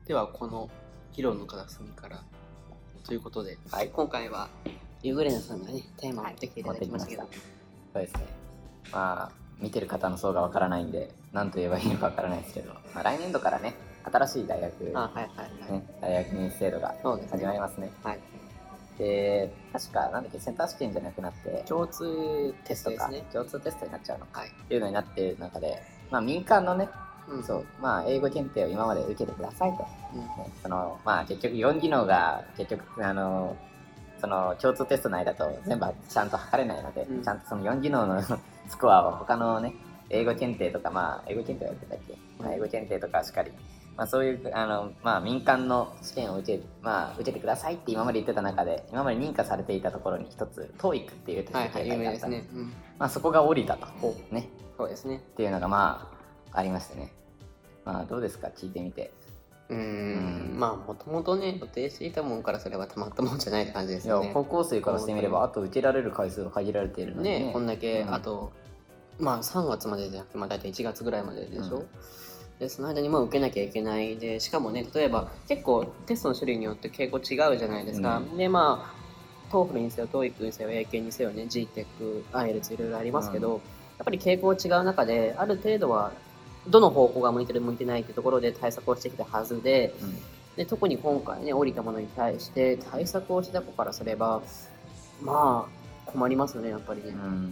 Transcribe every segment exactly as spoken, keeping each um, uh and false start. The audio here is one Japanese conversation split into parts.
ではこの議論の片隅からということで、 はい、 今回はユグレナさんがねテーマを持ってきていただきましたけど、 はい、そうですね。まあ見てる方の層がわからないんで何と言えばいいのかわからないですけど、まあ、来年度からね新しい大学、 あ、はいはいはい、 ね、大学入試制度が始まりますね。 はい。 で、確かなんだっけセンター試験じゃなくなって共通テストですね。 共通テストになっちゃうのか、 はい、 っていうのになっている中で、まあ民間のね、うん、そうまあ英語検定を今まで受けてくださいと、うんね、そのまあ結局よん技能が結局あのその共通テスト内だと全部ちゃんと測れないので、うん、ちゃんとそのよん技能のスコアを他のね英語検定とか、まあ英語検定はやってたっけ、まあ、英語検定とかしっかり、まあ、そういうあの、まあ、民間の試験を受け、まあ、受けてくださいって今まで言ってた中で今まで認可されていたところに一つ トーイック っていうテスト検定があったんです、まあ、そこが降りたと、ね、 そうですねっていうのがまあありましてね。まあどうですか聞いてみて。 うーん、うん、まあもともとね予定していたもんからすればたまったもんじゃないって感じですよね。 いや高校生からしてみればあと受けられる回数が限られているのに ね, ねこんだけ、うん、あとまあさんがつまでじゃなくて、まあ、大体いちがつぐらいまででしょ、うん、でその間にもう受けなきゃいけないで、しかもね例えば結構テストの種類によって傾向違うじゃないですか、うん、でまあトーフルにせよ トーイック にせよ エーケー にせよね ジーテック、アイエルツ いろいろありますけど、うん、やっぱり傾向違う中である程度はどの方向が向いてる向いてないってところで対策をしてきたはずで、うん、で特に今回ね降りたものに対して対策をした子からすればまあ困りますよねやっぱりね、うん、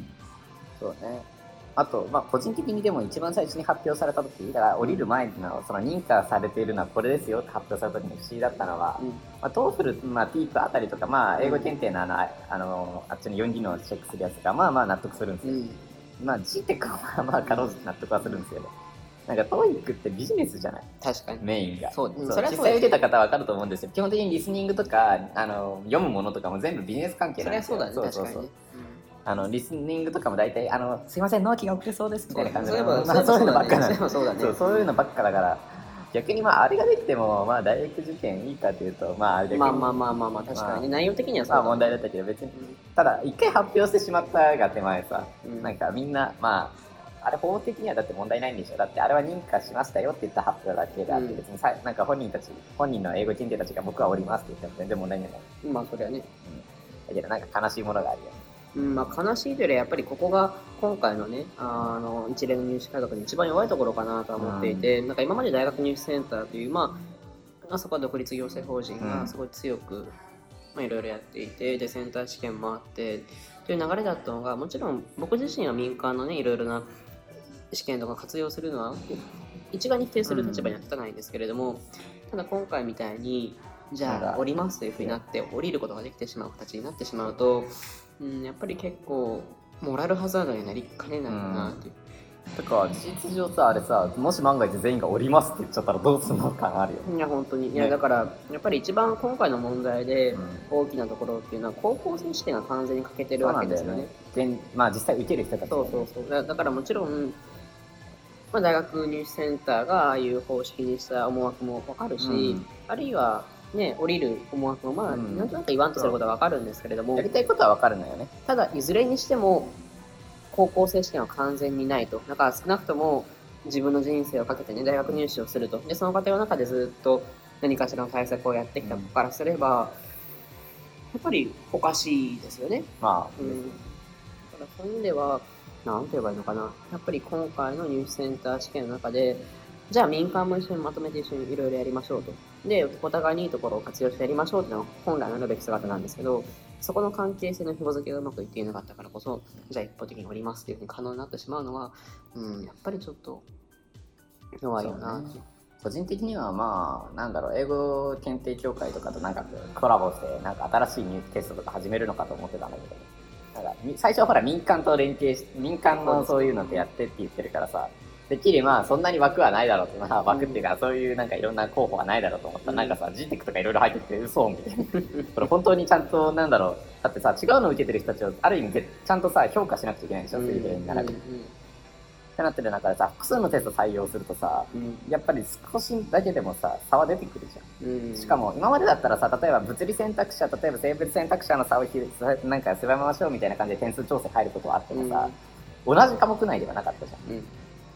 そうね。あと、まあ、個人的にでも一番最初に発表された時だから降りる前のその認可されているのはこれですよって発表された時に不思議だったのは、うんまあ、トーフル、まあ、ティープあたりとか、まあ、英語検定のあの、あのあっちのよん技能をチェックするやつがまあまあ納得するんですよ、うんまあ、ジーテック はまあまあかろうじて納得はするんですけど、なんか トーイック ってビジネスじゃない。 確かにメインがそう、 そうそれはそう実際受けた方は分かると思うんですよ。基本的にリスニングとかあの読むものとかも全部ビジネス関係なんですよ。 それはそうだね、 そうそうそう、 確かにね、 あのリスニングとかも大体あのすいません納期が遅れそうですみたいな感じでそうそういうのばっかなんでそうだねそうそういうのばっかだから逆にまああれができてもまあ大学受験いいかというとまあ逆にまあまあまあまあまあ確かに、ねまあ、内容的にはそうだ、ね、 まあ問題だったけど別に、うん、ただ一回発表してしまったが手前さ、うん、なんかみんなまああれ法的にはだって問題ないんでしょ。だってあれは認可しましたよって言った発表だけであって、うん、別にさなんか本人たち本人の英語検定たちが僕はおりますって言っても全然問題ない。 まあそれはね、 うん、だけどなんか悲しいものがあるよね。 うんまあ、悲しいというよりやっぱりここが今回のねあの一連の入試改革の一番弱いところかなとは思っていて、うん、なんか今まで大学入試センターというまああそこは独立行政法人がすごい強く、うんまあ、いろいろやっていてでセンター試験もあってという流れだったのがもちろん僕自身は民間のねいろいろな試験とか活用するのは一概に否定する立場には立たないんですけれども、うん、ただ今回みたいにじゃあ降りますというふうになって降りることができてしまう形になってしまうとうん、やっぱり結構モラルハザードになりかねないなっていう、 うん、だから事実上さあれさもし万が一全員が降りますって言っちゃったらどうするのかなあるよ、 ね、いや本当に、ね、いやだからやっぱり一番今回の問題で大きなところっていうのは高校生試験が完全に欠けてるわけですよね。 ねまあ実際受ける人たち、ね、 そうそうそうだ, だからもちろん、まあ、大学入試センターがああいう方式にした思惑も分かるし、うん、あるいはね、降りる思惑もまあ、うん、なんとなく言わんとすることは分かるんですけれどもやりたいことは分かるのよね。 ただいずれにしても高校生試験は完全にないとだから少なくとも自分の人生をかけてね大学入試をするとでその過程の中でずっと何かしらの対策をやってきた子からすれば、うん、やっぱりおかしいですよね。 まあ、 うん、だからそういう意味では何て言えばいいのかなやっぱり今回の入試センター試験の中でじゃあ民間も一緒にまとめて一緒にいろいろやりましょうと。で、お互いにいいところを活用してやりましょうっていうのが本来のあるべき姿なんですけど、そこの関係性の紐付けがうまくいっていなかったからこそ、じゃあ一方的におりますっていうふうに可能になってしまうのは、うん、やっぱりちょっと弱いよな、ね。 個人的にはまあ、なんだろう、英語検定協会とかとなんかコラボして、なんか新しい入試テストとか始めるのかと思ってたんだけど、なんか最初はほら民間と連携して、民間のそういうのってやってって言ってるからさ、てっきりまあそんなに枠はないだろうって、まあ枠っていうかそういうなんかいろんな候補はないだろうと思ったら、うん、なんかさ ジーテック とかいろいろ入ってきて嘘みたいなこれ本当にちゃんとなんだろうだってさ違うのを受けてる人たちをある意味ちゃんとさ評価しなくちゃいけないでしょ、うん、水平に並べて、うんうん、ってなってる中でさ複数のテスト採用するとさ、うん、やっぱり少しだけでもさ差は出てくるじゃん、うん、しかも今までだったらさ例えば物理選択肢例えば生物選択肢の差をひなんか狭めましょうみたいな感じで点数調整入ることはあってもさ、うん、同じ科目内ではなかったじゃん、うん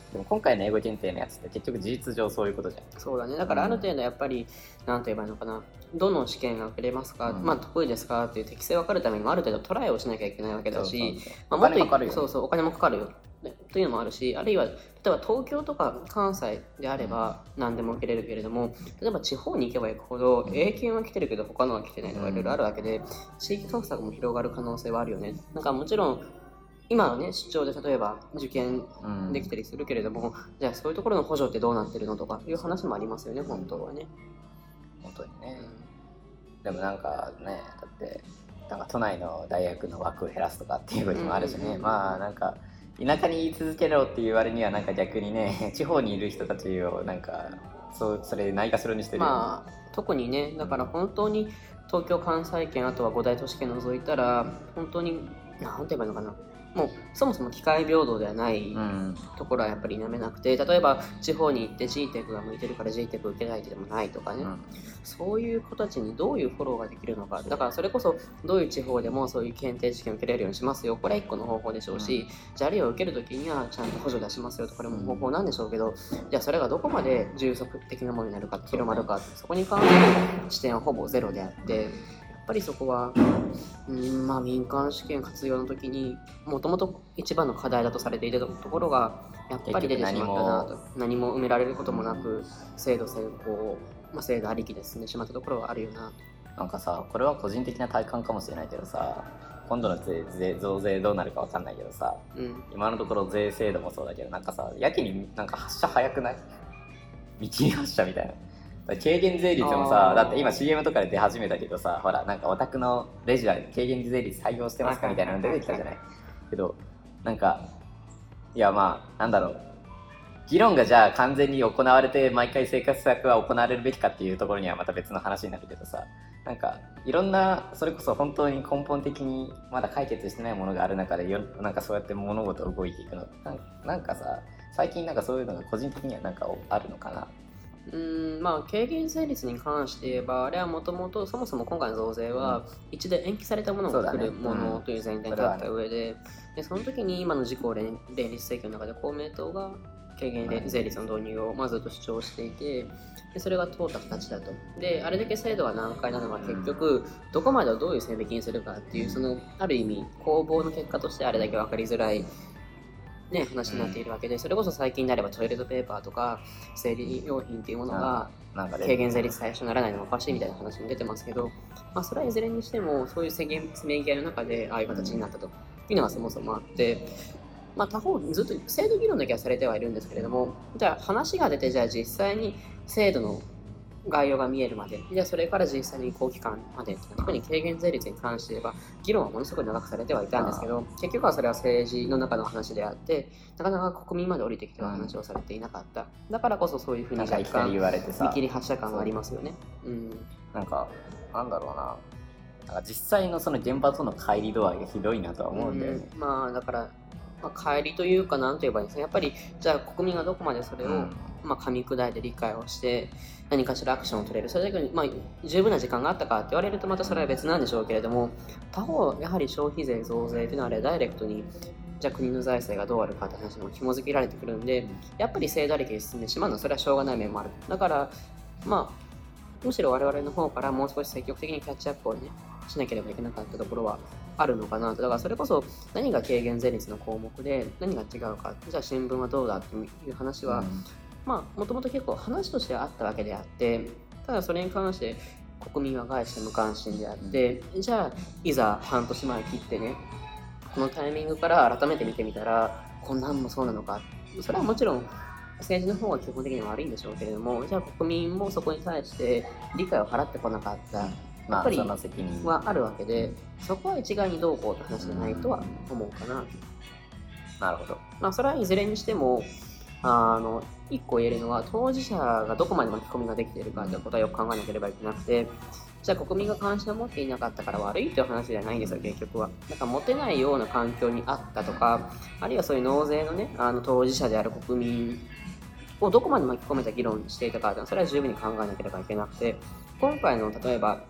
でも今回の英語検定のやつって結局事実上そういうことじゃん。 そうだね。だからある程度やっぱり、うん、なんて言えばいいのかな、どの試験が受けれますか、うん、まあ得意ですかっていう適性を分かるためにもある程度トライをしなきゃいけないわけだし、 お金もかかるよ、ね、 そうそうお金もかかるよというのもあるし、あるいは例えば東京とか関西であれば何でも受けれるけれども、例えば地方に行けば行くほど英検は来てるけど他のは来てないとかいろいろあるわけで、地域格差も広がる可能性はあるよね。なんかもちろん今はね、出張で例えば受験できたりするけれども、うん、じゃあそういうところの補助ってどうなってるのとかいう話もありますよね、本当はね。 本当にね。でもなんかね、だってなんか都内の大学の枠を減らすとかっていうこともあるしね、うんうん、まあなんか田舎に言い続けろっていう割にはなんか逆にね、地方にいる人たちをなんかそうそれないがしろにしてるよね。 まあ特にね、だから本当に東京関西圏あとは五大都市圏除いたら本当に何て言えばいいのかな、もうそもそも機会平等ではないところはやっぱり否めなくて、例えば地方に行って ジーテック が向いてるから ジーテック 受けないでもないとかね、うん、そういう子たちにどういうフォローができるのか、だからそれこそどういう地方でもそういう検定試験を受けれるようにしますよ、これは一個の方法でしょうし、うん、じゃああるいは受けるときにはちゃんと補助出しますよと、これも方法なんでしょうけど、じゃあそれがどこまで充足的なものになるか広まるか、そこに関する視点はほぼゼロであって、やっぱりそこは、うんまあ、民間試験活用の時にもともと一番の課題だとされていたところがやっぱり出てしまったなと、何も埋められることもなく制度先行、まあ、制度ありきで進んでしまったところはあるよな。 なんかさ、これは個人的な体感かもしれないけどさ、今度の税税増税どうなるか分かんないけどさ、うん、今のところ税制度もそうだけど、なんかさ、やけになんか発射早くない？見切り発射みたいな。軽減税率もさ、だって今 シーエム とかで出始めたけどさ、ほらなんかお宅のレジは軽減税率採用してますかみたいなの出てきたじゃない。けどなんかいやまあなんだろう、議論がじゃあ完全に行われて毎回生活策は行われるべきかっていうところにはまた別の話になるけどさ、なんかいろんなそれこそ本当に根本的にまだ解決してないものがある中でよなんかそうやって物事動いていくのなんかさ、最近なんかそういうのが個人的にはなんかあるのかな。 うーんまあ、軽減税率に関して言えば、あれはもともとそもそも今回の増税は一度延期されたものを作るものという前提に立った上で、でその時に今の自公連立政権の中で公明党が軽減税率の導入をまずと主張していて、でそれが通った形だと。であれだけ制度が難解なのは結局どこまでをどういう線引きにするかっていう、そのある意味攻防の結果としてあれだけ分かりづらいね、話になっているわけで、それこそ最近であればトイレットペーパーとか生理用品っていうものが軽減税率対象にならないのがおかしいみたいな話も出てますけど、まあ、それはいずれにしてもそういうせめぎ合いの中でああいう形になったというのがそもそもあって、まあ、他方ずっと制度議論だけはされてはいるんですけれども、じゃあ話が出て、じゃあ実際に制度の概要が見えるまで、じゃあそれから実際に移行期間まで、特に軽減税率に関して言えば議論はものすごく長くされてはいたんですけど、結局はそれは政治の中の話であって、なかなか国民まで降りてきては話をされていなかった。だからこそそういうふうに若干見切り発車感がありますよね。うん、 なんかなんだろうな、なんか実際のその現場との乖離度合いがひどいなとは思うんだよね。 うん、まあだからまあ、乖離というか何と言えばいいんですか、やっぱりじゃあ国民がどこまでそれを、うんまあ、噛み砕いて理解をして何かしらアクションを取れる、それだけに、まあ、十分な時間があったかって言われるとまたそれは別なんでしょうけれども、他方やはり消費税増税というのはあれダイレクトにじゃあ国の財政がどうあるかって話も紐づけられてくるんで、やっぱり制度ありきに進んでしまうのはそれはしょうがない面もある。だからまあむしろ我々の方からもう少し積極的にキャッチアップをねしなければいけなかったところはあるのかなと。だからそれこそ何が軽減税率の項目で何が違うか、じゃあ新聞はどうだっていう話は、うん、まあもともと結構話としてはあったわけであって、ただそれに関して国民は概して無関心であって、うん、じゃあいざ半年前切ってねこのタイミングから改めて見てみたらこんなんもそうなのか、それはもちろん政治の方は基本的には悪いんでしょうけれども、じゃあ国民もそこに対して理解を払ってこなかったやっぱりはあるわけで、そこは一概にどうこうって話じゃないとは思うかな。 なるほど。 まあそれはいずれにしてもあの一個言えるのは当事者がどこまで巻き込みができているかということはよく考えなければいけなくて、じゃあ国民が関心を持っていなかったから悪いという話じゃないんですよ結局は。だから持てないような環境にあったとか、あるいはそういう納税のねあの当事者である国民をどこまで巻き込めた議論していたかというのはそれは十分に考えなければいけなくて、今回の例えば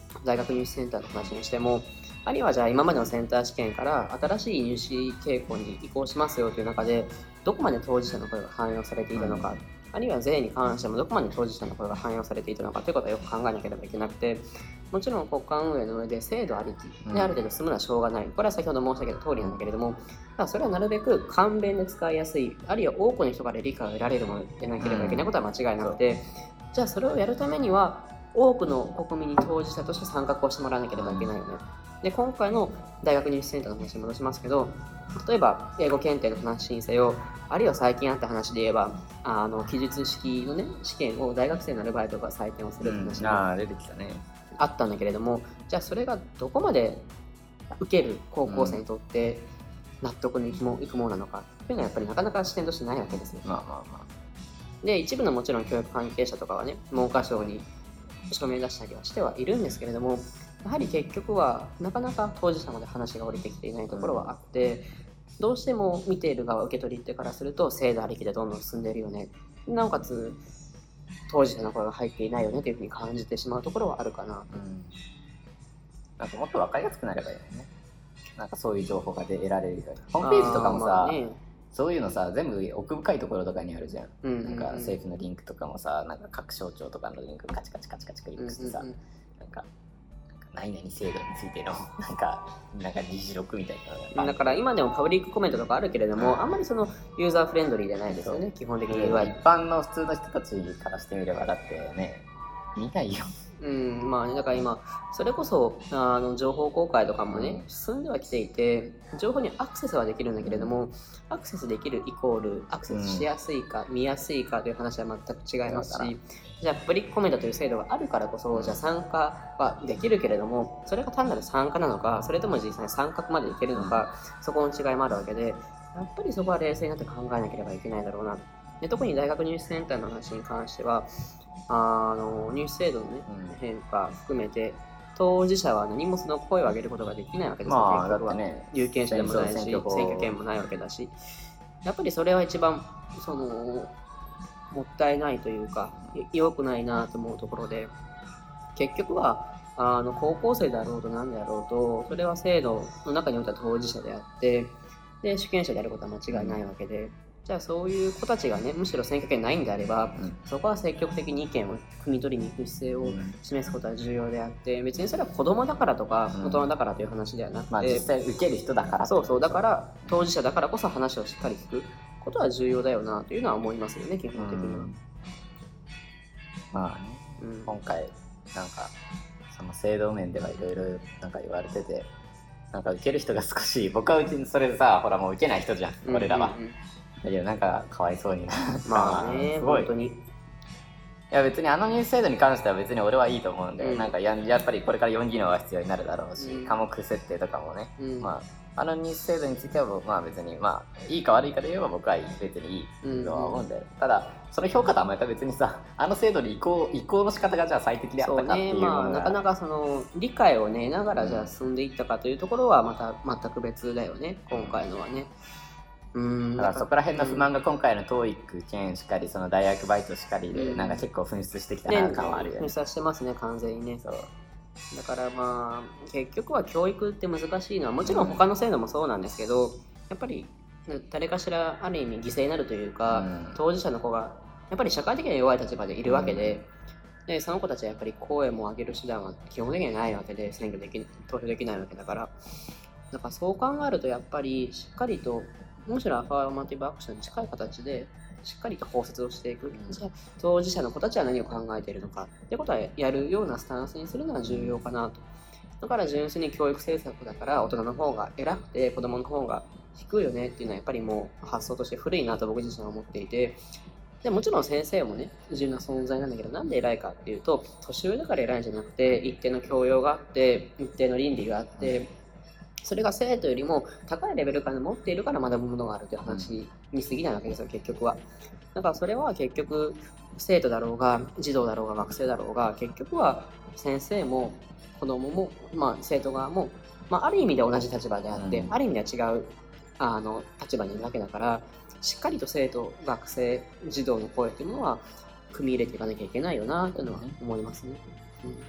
大学入試センターの話にしても、あるいはじゃあ今までのセンター試験から新しい入試傾向に移行しますよという中で、どこまで当事者の声が反映されていたのか、うん、あるいは税に関してもどこまで当事者の声が反映されていたのかということはよく考えなければいけなくて、もちろん国家運営の上で制度ありきである程度済むのはしょうがない、これは先ほど申し上げた通りなんだけれども、ただそれはなるべく簡便で使いやすい、あるいは多くの人から理解を得られるものでなければいけないことは間違いなくて、うん、じゃあそれをやるためには多くの国民に当事者として参画をしてもらわなければいけないよね。で、今回の大学入試センターの話に戻しますけど、例えば英語検定の話にせよ、あるいは最近あった話で言えば、あの記述式のね試験を大学生のアルバイトが採点をするって話が出てきたね。 あったんだけれども、じゃあそれがどこまで受ける高校生にとって納得にいくものなのかというのはやっぱりなかなか視点としてないわけですよ。 まあまあまあ。 で、一部のもちろん教育関係者とかはね、文科省に署名出したりはしてはいるんですけれども、やはり結局はなかなか当事者まで話が降りてきていないところはあって、どうしても見ている側、受け取り手からすると制度ありきでどんどん進んでいるよね、なおかつ当事者の声が入っていないよねというふうに感じてしまうところはあるかなと、うん、 なんかもっと分かりやすくなればいいよね。なんかそういう情報がで得られるように、ホームページとかもさ、ね、そういうのさ全部奥深いところとかにあるじゃん、うんうんうん、なんか政府のリンクとかもさ、なんか各省庁とかのリンクカチカチカチカチクリックしてさ、うんうんうん、なんか何々制度についてのなんかなんか議事録みたいな。 だから今でもパブリックコメントとかあるけれども、うん、あんまりそのユーザーフレンドリーじゃないですよね、基本的には。 一般の普通の人たちからしてみればだってね、見ないよ。 うん、まあ、ね、だから今それこそあの情報公開とかもね、うん、進んではきていて、情報にアクセスはできるんだけれども、アクセスできるイコールアクセスしやすいか、うん、見やすいかという話は全く違いますし、じゃあパブリックコメントという制度があるからこそ、じゃあ参加はできるけれども、それが単なる参加なのか、それとも実際に参画までいけるのか、そこの違いもあるわけで、やっぱりそこは冷静になって考えなければいけないだろうな。で、特に大学入試センターの話に関しては、あの入試制度の、ね、うん、変化含めて当事者は何もその声を上げることができないわけですよ、 まあ、だってね、 有権者でもないし選挙権もないわけだし、やっぱりそれは一番そのもったいないというか良くないなと思うところで、結局はあの高校生であろうと何であろうと、それは制度の中においては当事者であって、で主権者であることは間違いないわけで、うん、じゃあそういう子たちがね、むしろ選挙権ないんであれば、うん、そこは積極的に意見を汲み取りに行く姿勢を示すことは重要であって、別にそれは子供だからとか大人だからという話ではなくて、 まあ、実際受ける人だから、 そうそう、だから当事者だからこそ話をしっかり聞くことは重要だよなというのは思いますよね、基本的には。うん、 まあね、うん、今回なんかその制度面ではいろいろなんか言われてて、なんか受ける人が少し、僕はうちにそれでさ、ほらもう受けない人じゃん、俺らは。うんうんうん、だけどなんかかわいそうになまあね、すごい本当に。いや別にあの入試制度に関しては別に俺はいいと思うんで、うん、なんか や, やっぱりこれからよん技能が必要になるだろうし、うん、科目設定とかもね、うん、まああの入試制度についてはまあ別にまあいいか悪いかで言えば僕は別にいいとは思うんで、うん、ただその評価とはまた別にさ、あの制度に移行移行の仕方がじゃあ最適であったかっていうものが、 そうね、まあ、なかなかその理解をね得ながらじゃあ進んでいったかというところはまた全く別だよね、今回のはね。 うん、だからそこら辺の不満が今回の トーイック 兼しかり、その大学バイトしかりで、なんか結構噴出してきたな感はあるよね。 噴出してますね、完全にね。そうだからまあ結局は教育って難しいのは、もちろん他の制度もそうなんですけど、やっぱり誰かしらある意味犠牲になるというか、うん、当事者の子がやっぱり社会的には弱い立場でいるわけで、うん、でその子たちはやっぱり声も上げる手段は基本的にはないわけで、選挙でき投票できないわけだから、だからそう考えるとやっぱりしっかりと、むしろアファーマティブアクションに近い形でしっかりと包摂をしていく、うん、じゃあ当事者の子たちは何を考えているのかってことはやるようなスタンスにするのは重要かなと。だから純粋に教育政策だから大人の方が偉くて子供の方が低いよねっていうのはやっぱりもう発想として古いなと僕自身は思っていて、でもちろん先生もね重要な存在なんだけど、なんで偉いかっていうと、年上だから偉いんじゃなくて、一定の教養があって一定の倫理があって、それが生徒よりも高いレベルから持っているから学ぶものがあるという話に過ぎないわけですよ、結局は。だからそれは結局生徒だろうが児童だろうが学生だろうが、結局は先生も子供も、まあ、生徒側も、まあ、ある意味で同じ立場であって、うん、ある意味では違うあの立場にいるわけだから、しっかりと生徒学生児童の声というのは組み入れていかなきゃいけないよなというのは思いますね。うん、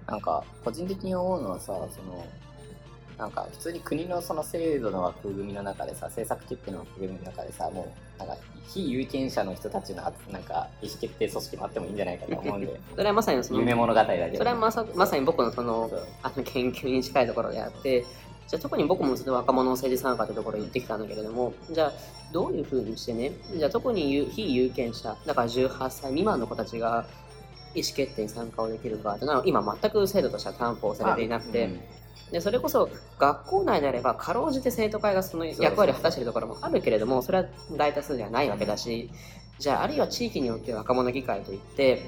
なんか個人的に思うのはさ、そのなんか普通に国のその制度の枠組みの中でさ、政策決定の枠組みの中でさ、もうなんか非有権者の人たちのなんか意思決定組織もあってもいいんじゃないかと思うんでそれはまさにその夢物語だけど、ね、 それはまさまさに僕のそのあの研究に近いところであって、じゃあ特に僕もその若者の政治参加というところに行ってきたんだけれども、じゃあどういうふうにしてね、じゃあ特に非有権者だからじゅうはっさい未満の子たちが意思決定に参加をできるかというのは今全く制度としては担保されていなくて、うんでそれこそ学校内であればかろうじて生徒会がその役割を果たしているところもあるけれども、それは大多数ではないわけだし、じゃああるいは地域によって若者議会といって、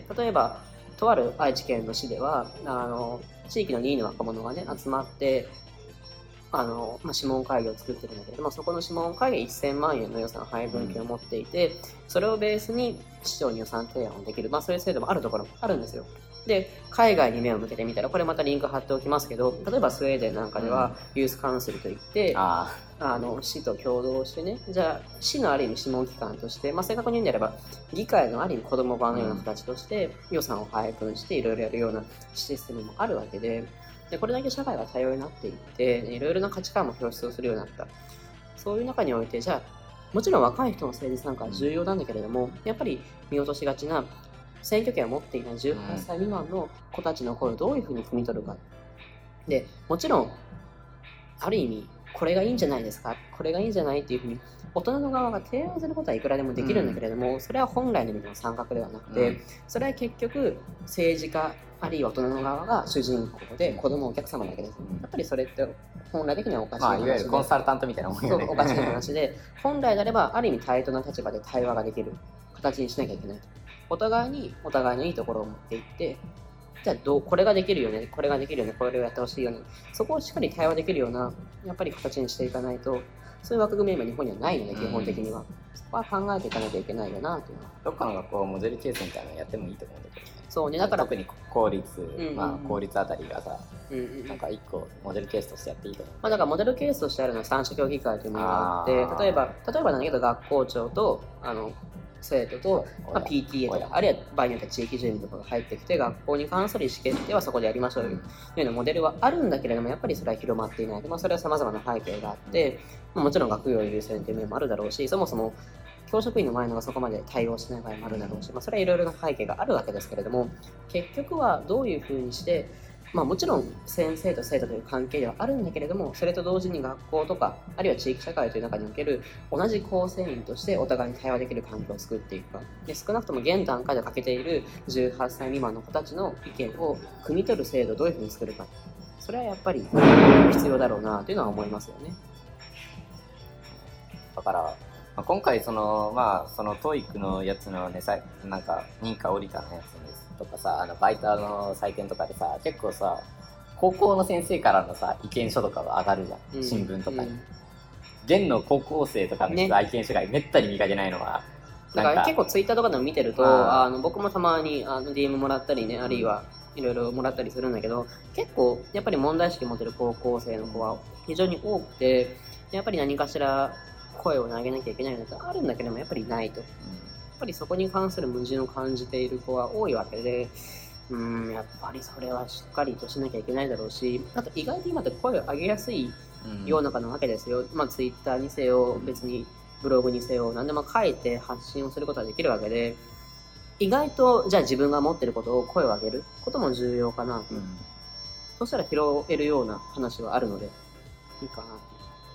例えばとある愛知県の市ではあの地域のにいの若者がね集まってあの、まあ、諮問会議を作ってるんだけれども、そこの諮問会議せんまんえんの予算配分権を持っていて、それをベースに市長に予算提案をできる、まあ、そういう制度もあるところもあるんですよ。で海外に目を向けてみたら、これまたリンク貼っておきますけど、例えばスウェーデンなんかではユースカウンセルといって、うん、ああの市と共同してね、じゃあ市のある意味諮問機関として、まあ、正確に言うんであれば議会のある意味子ども版のような形として予算を配分していろいろやるようなシステムもあるわけで、でこれだけ社会が多様になっていって、いろいろな価値観も表出をするようになった。そういう中において、じゃあもちろん若い人の政治参加は重要なんだけれども、やっぱり見落としがちな選挙権を持っていないじゅうはっさい未満の子たちの声をどういうふうに汲み取るか。でもちろんある意味これがいいんじゃないですか、これがいいんじゃないっていうふうに大人の側が提案することはいくらでもできるんだけれども、うん、それは本来の意味の参画ではなくて、うん、それは結局政治家あるいは大人の側が主人公で子供お客様だけです、うん、やっぱりそれって本来的にはおかしい話で、 まあ、いわゆるコンサルタントみたいなもんよね。 そうおかしい話で、本来であればある意味対等な立場で対話ができる形にしなきゃいけないと。お互いにお互いのいいところを持っていって、じゃあどうこれができるよね、これができるよね、これをやってほしいよね、そこをしっかり対話できるようなやっぱり形にしていかないと、そういう枠組みは今日本にはないので、基本的には、うん、そこは考えていかなきゃいけないよなというのは。 どっかの学校はモデルケースみたいなのやってもいいと思うんだけどね。 そうね、だから特に公立、うんうん、まあ公立あたりがさ、 うんうん、 なんか一個モデルケースとしてやっていいと思う。 まあだからモデルケースとしてあるのは三者協議会というものがあって、例えば例えばなんだけど学校長とあの生徒と、まあ、ピーティーエー とか、あるいは場合によっては地域住民とかが入ってきて、学校に関する意思決定はそこでやりましょうよというようなモデルはあるんだけれども、やっぱりそれは広まっていない。まあ、それは様々な背景があって、まあ、もちろん学業優先という面もあるだろうし、そもそも教職員の前のがそこまで対応しない場合もあるだろうし、まあ、それはいろいろな背景があるわけですけれども、結局はどういうふうにして、まあ、もちろん先生と生徒という関係ではあるんだけれども、それと同時に学校とかあるいは地域社会という中における同じ構成員としてお互いに対話できる環境を作っていくかで、少なくとも現段階で欠けているじゅうはっさい未満の子たちの意見を汲み取る制度をどういうふうに作るか、それはやっぱり必要だろうなというのは思いますよね。 だから今回そのまあその トーイック のやつのね、さなんか認可降りたのやつですとかさ、あのバイターの採点とかでさ、結構さ高校の先生からのさ意見書とかが上がるじゃん、うん、新聞とかに、うん、現の高校生とかの人、愛犬書がめったに見かけないのは、 だから結構ツイッターとかでも見てると、あの僕もたまにあの ディーエム もらったりね、あるいはいろいろもらったりするんだけど、結構やっぱり問題意識持ってる高校生の子は非常に多くて、やっぱり何かしら声を投げなきゃいけないのがあるんだけども、やっぱりないと、やっぱりそこに関する矛盾を感じている子は多いわけで、うーんやっぱりそれはしっかりとしなきゃいけないだろうし、あと意外と今って声を上げやすい世の中なわけですよ。まあツイッターにせよ、別にブログにせよ、何でも書いて発信をすることができるわけで、意外とじゃあ自分が持ってることを声を上げることも重要かなと、うん、そしたら拾えるような話はあるのでいいかなと。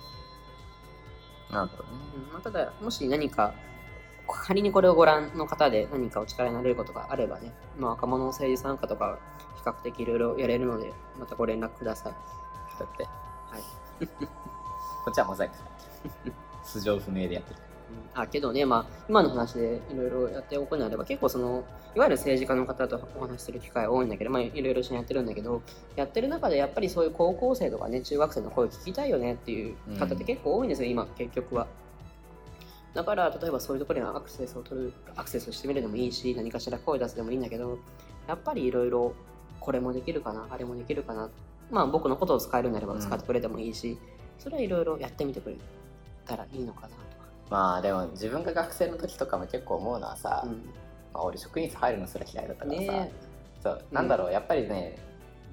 なるほどね。 うんまあ、ただもし何か仮にこれをご覧の方で何かお力になれることがあればね、まあ、若者の政治参加とか比較的いろいろやれるので、またご連絡ください。 だってはいこっちはモザイク素性不明でやってる。 うん、あけどね、まあ、今の話でいろいろやっておくのであれば、結構そのいわゆる政治家の方とお話しする機会多いんだけど、まあ、いろいろ一緒にやってるんだけど、やってる中でやっぱりそういう高校生とかね、中学生の声を聞きたいよねっていう方って結構多いんですよ、うん、今結局は。だから例えばそういうところにアクセスを取るアクセスしてみるでもいいし、何かしら声を出すでもいいんだけど、やっぱりいろいろこれもできるかな、あれもできるかな、まあ僕のことを使えるならば使ってくれてもいいし、うん、それはいろいろやってみてくれたらいいのかなとか。 まあでも自分が学生の時とかも結構思うのはさ、うんまあ、俺職員室入るのすら嫌いだったからさ、ね、そうなんだろう、うん、やっぱりね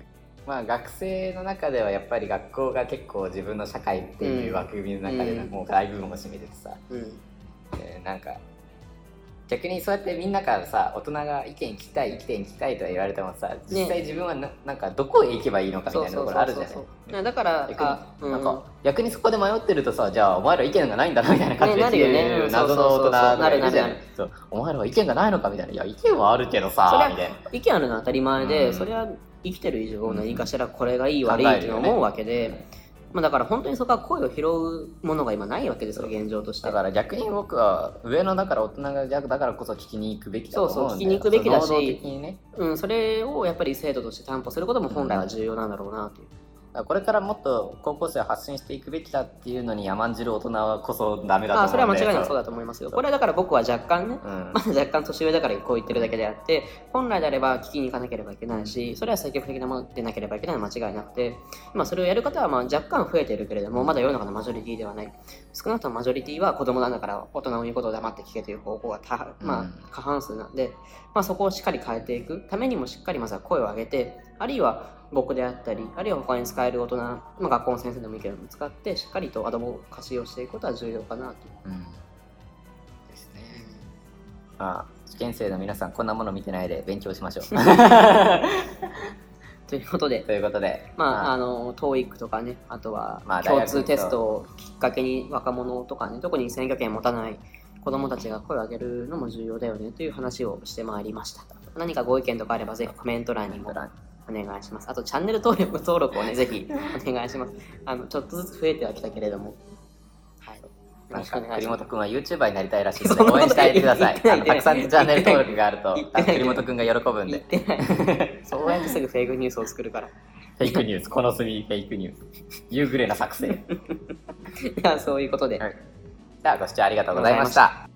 まあ学生の中ではやっぱり学校が結構自分の社会っていう枠組みの中でもう大部分を占めててさ、 うんえーなんか逆にそうやってみんなからさ、大人が意見聞きたい意見聞きたいとは言われてもさ、実際自分は な,、なんかどこへ行けばいいのかみたいなところあるじゃない。 そうそうそうそうだから逆にあ、うん、 なんか逆にそこで迷ってるとさ、じゃあお前ら意見がないんだなみたいな感じで、 ねなるよね言う謎の大人がいるじゃない。 なるなるなるそうお前らは意見がないのかみたいな、いや意見はあるけどさそれはみたいな。 意見あるのは当たり前で、 うんそれは生きてる以上うん何かしらこれがいい悪いっていうのを思うわけで、 考えるよねまあ、だから本当にそこは声を拾うものが今ないわけですよ、現状としてだから逆に僕は上のだから大人がだからこそ聞きに行くべきだと思うんだよ。 そうそう聞きに行くべきだし能動的にね、 うん、それをやっぱり制度として担保することも本来は重要なんだろうなという、 だからこれからもっと高校生は発信していくべきだっていうのに甘んじる大人はこそダメだと思うんで。 ああそれは間違いなくそうだと思いますよ。これはだから僕は若干ね、 うんまだ若干年上だからこう言ってるだけであって、本来であれば聞きに行かなければいけないし、それは積極的なものでなければいけないのは間違いなくて、まあ、それをやる方はまあ若干増えているけれども、まだ世の中のマジョリティではない。少なくともマジョリティは子供なんだから大人の言うことを黙って聞けという方向がた、まあ、過半数なんで、まあ、そこをしっかり変えていくためにもしっかりまずは声を上げて、あるいは僕であったり、あるいは他に使える大人、まあ、学校の先生でもいいけども使ってしっかりとアドボカシをしていくことは重要かなと。 うんですね。まあ受験生の皆さんこんなもの見てないで勉強しましょう。 ということで、 ということで、 まあ、あの トーイック とかね、あとはまあ共通テストをきっかけに若者とかね、特に選挙権持たない子どもたちが声を上げるのも重要だよねという話をしてまいりました。何かご意見とかあればぜひコメント欄にもお願いします。あとチャンネル登録登録をねぜひお願いします。あのちょっとずつ増えてはきたけれども、はい。よなんかろしくお願いします。 栗本くんは YouTuber になりたいらしいので応援してあげてください。あのたくさんチャンネル登録があると多分栗本くんが喜ぶんで。 言ってないそうやってすぐフェイクニュースを作るから。 フェイクニュース、この隅フェイクニュース。夕暮れな作戦。 いやそういうことで。 はい、ではご視聴ありがとうございました。